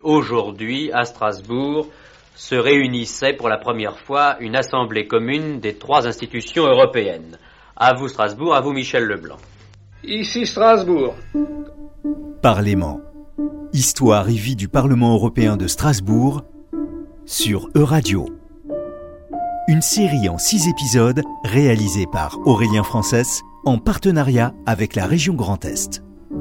Aujourd'hui, à Strasbourg, se réunissait pour la première fois une assemblée commune des 3 institutions européennes. À vous Strasbourg, à vous Michel Leblanc. Ici Strasbourg. Parlement. Histoire et vie du Parlement européen de Strasbourg sur Euradio. Une série en 6 épisodes réalisée par Aurélien Frances en partenariat avec la région Grand Est.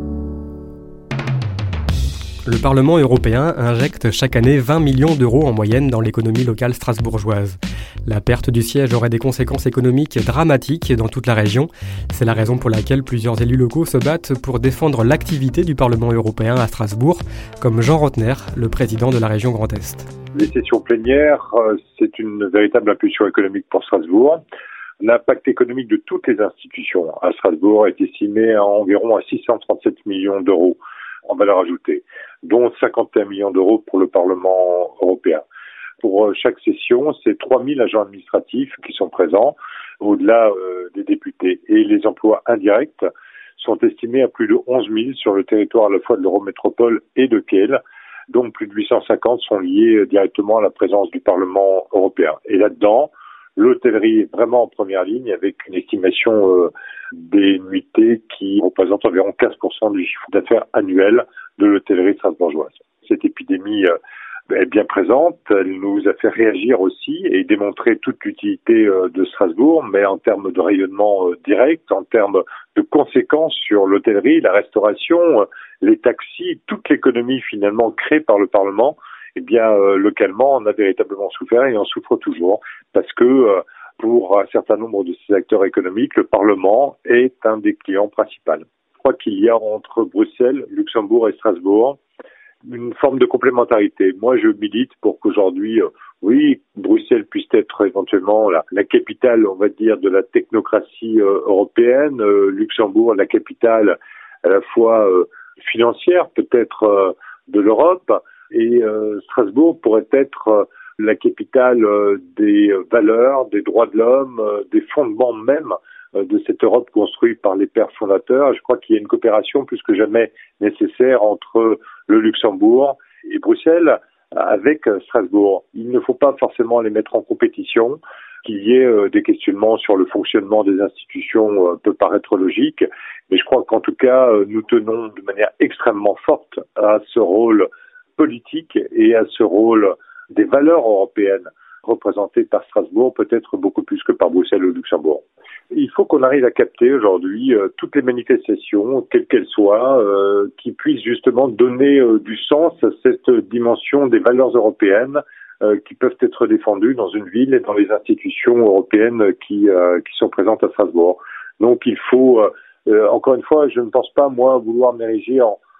Le Parlement européen injecte chaque année 20 millions d'euros en moyenne dans l'économie locale strasbourgeoise. La perte du siège aurait des conséquences économiques dramatiques dans toute la région. C'est la raison pour laquelle plusieurs élus locaux se battent pour défendre l'activité du Parlement européen à Strasbourg, comme Jean Rotner, le président de la région Grand Est. Les sessions plénières, c'est une véritable impulsion économique pour Strasbourg. L'impact économique de toutes les institutions à Strasbourg est estimé à environ 637 millions d'euros en valeur ajoutée, dont 51 millions d'euros pour le Parlement européen. Pour chaque session, c'est 3000 agents administratifs qui sont présents, au-delà des députés. Et les emplois indirects sont estimés à plus de 11 000 sur le territoire à la fois de l'Eurométropole et de Kiel, dont plus de 850 sont liés directement à la présence du Parlement européen. Et là-dedans, l'hôtellerie est vraiment en première ligne avec une estimation des nuitées qui représente environ 15% du chiffre d'affaires annuel de l'hôtellerie strasbourgeoise. Cette épidémie est bien présente, elle nous a fait réagir aussi et démontrer toute l'utilité de Strasbourg, mais en termes de rayonnement direct, en termes de conséquences sur l'hôtellerie, la restauration, les taxis, toute l'économie finalement créée par le Parlement, eh bien localement on a véritablement souffert et on souffre toujours parce que pour un certain nombre de ces acteurs économiques, le Parlement est un des clients principaux. Je crois qu'il y a entre Bruxelles, Luxembourg et Strasbourg une forme de complémentarité. Moi, je milite pour qu'aujourd'hui, oui, Bruxelles puisse être éventuellement la capitale, on va dire, de la technocratie européenne, Luxembourg, la capitale à la fois financière, peut-être de l'Europe, et Strasbourg pourrait être la capitale des valeurs, des droits de l'homme, des fondements même de cette Europe construite par les pères fondateurs. Je crois qu'il y a une coopération plus que jamais nécessaire entre le Luxembourg et Bruxelles avec Strasbourg. Il ne faut pas forcément les mettre en compétition. Qu'il y ait des questionnements sur le fonctionnement des institutions peut paraître logique, mais je crois qu'en tout cas, nous tenons de manière extrêmement forte à ce rôle politique et à ce rôle des valeurs européennes représentées par Strasbourg, peut-être beaucoup plus que par Bruxelles ou Luxembourg. Il faut qu'on arrive à capter aujourd'hui toutes les manifestations, quelles qu'elles soient, qui puissent justement donner du sens à cette dimension des valeurs européennes qui peuvent être défendues dans une ville et dans les institutions européennes qui sont présentes à Strasbourg. Donc il faut, encore une fois, je ne pense pas, moi, vouloir m'ériger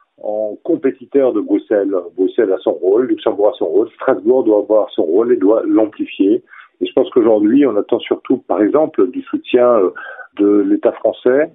en compétiteur de Bruxelles. Bruxelles a son rôle, Luxembourg a son rôle, Strasbourg doit avoir son rôle et doit l'amplifier. Et je pense qu'aujourd'hui, on attend surtout, par exemple, du soutien de l'État français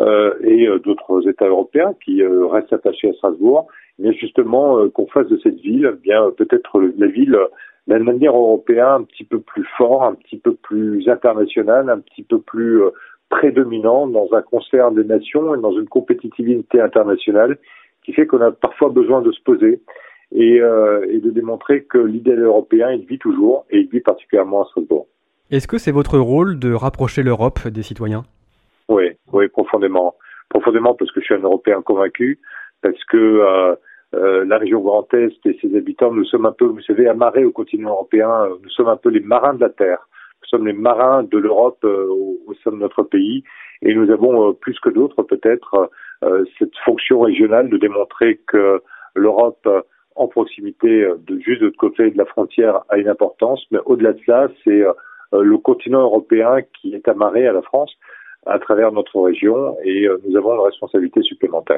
et d'autres États européens qui restent attachés à Strasbourg, mais justement qu'on fasse de cette ville, bien peut-être la ville d'un manière européen un petit peu plus fort, un petit peu plus international, un petit peu plus prédominant dans un concert des nations et dans une compétitivité internationale qui fait qu'on a parfois besoin de se poser et de démontrer que l'idéal européen, il vit toujours, et il vit particulièrement à Strasbourg. Est-ce que c'est votre rôle de rapprocher l'Europe des citoyens ? Oui, profondément. Profondément parce que je suis un Européen convaincu, parce que la région Grand Est et ses habitants, nous sommes un peu, vous savez, amarrés au continent européen, nous sommes un peu les marins de la Terre. Nous sommes les marins de l'Europe au sein de notre pays, et nous avons plus que d'autres peut-être cette fonction régionale de démontrer que l'Europe en proximité juste de l'autre côté de la frontière a une importance, mais au-delà de cela, c'est le continent européen qui est amarré à la France à travers notre région et nous avons une responsabilité supplémentaire.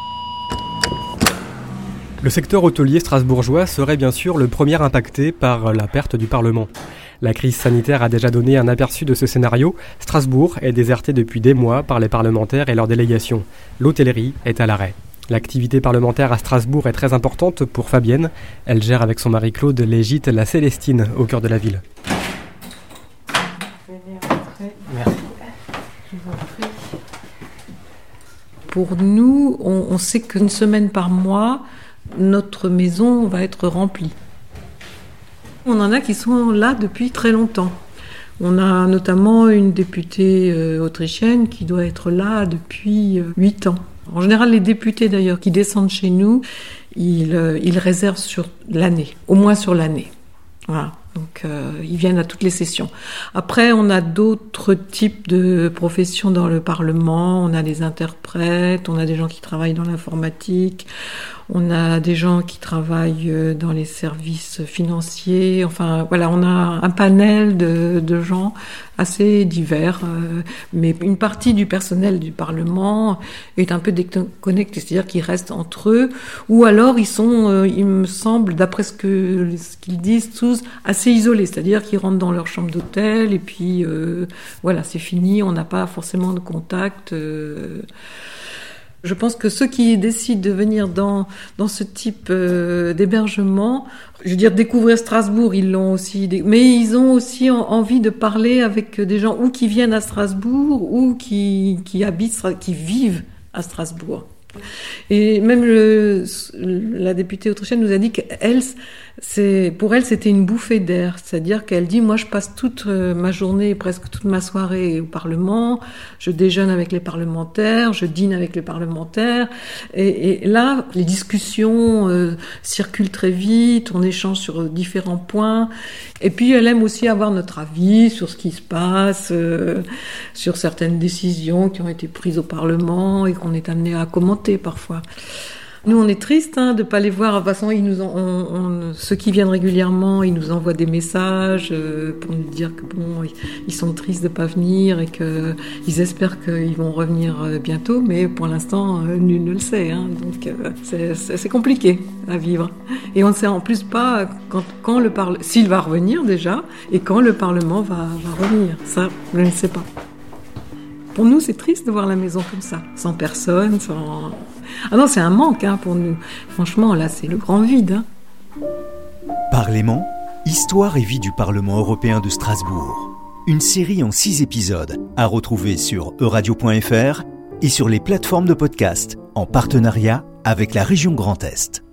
Le secteur hôtelier strasbourgeois serait bien sûr le premier impacté par la perte du Parlement. La crise sanitaire a déjà donné un aperçu de ce scénario. Strasbourg est déserté depuis des mois par les parlementaires et leurs délégations. L'hôtellerie est à l'arrêt. L'activité parlementaire à Strasbourg est très importante pour Fabienne. Elle gère avec son mari Claude les gîtes La Célestine au cœur de la ville. Merci. Je vous en prie. Pour nous, on sait qu'une semaine par mois, notre maison va être remplie. On en a qui sont là depuis très longtemps. On a notamment une députée autrichienne qui doit être là depuis 8 ans. En général, les députés d'ailleurs qui descendent chez nous, ils réservent sur l'année, au moins sur l'année. Voilà. Donc ils viennent à toutes les sessions. Après, on a d'autres types de professions dans le Parlement. On a des interprètes, on a des gens qui travaillent dans l'informatique, on a des gens qui travaillent dans les services financiers. Enfin, voilà, on a un panel de gens assez divers. Mais une partie du personnel du Parlement est un peu déconnectée, c'est-à-dire qu'ils restent entre eux, ou alors ils sont, il me semble, d'après ce qu'ils disent tous, assez isolés, c'est-à-dire qu'ils rentrent dans leur chambre d'hôtel et puis voilà, c'est fini, on n'a pas forcément de contact. Je pense que ceux qui décident de venir dans ce type d'hébergement, je veux dire, découvrir Strasbourg, ils l'ont aussi, mais ils ont aussi envie de parler avec des gens ou qui viennent à Strasbourg ou qui habitent, qui vivent à Strasbourg. Et même la députée autrichienne nous a dit qu'elle, pour elle, c'était une bouffée d'air. C'est-à-dire qu'elle dit, moi, je passe toute ma journée, presque toute ma soirée au Parlement. Je déjeune avec les parlementaires, je dîne avec les parlementaires. Et là, les discussions circulent très vite, on échange sur différents points. Et puis, elle aime aussi avoir notre avis sur ce qui se passe, sur certaines décisions qui ont été prises au Parlement et qu'on est amené à commenter parfois. Nous, on est tristes de pas les voir. De toute façon, ceux qui viennent régulièrement, ils nous envoient des messages pour nous dire que bon, ils sont tristes de pas venir et que ils espèrent qu'ils vont revenir bientôt. Mais pour l'instant, nul ne le sait. Donc, c'est compliqué à vivre. Et on ne sait en plus pas quand s'il va revenir déjà et quand le Parlement va revenir. Ça, je ne sais pas. Pour nous, c'est triste de voir la maison comme ça, sans personne, sans... Ah non, c'est un manque pour nous. Franchement, là, c'est le grand vide. Parlement, histoire et vie du Parlement européen de Strasbourg. Une série en 6 épisodes à retrouver sur euradio.fr et sur les plateformes de podcast en partenariat avec la région Grand Est.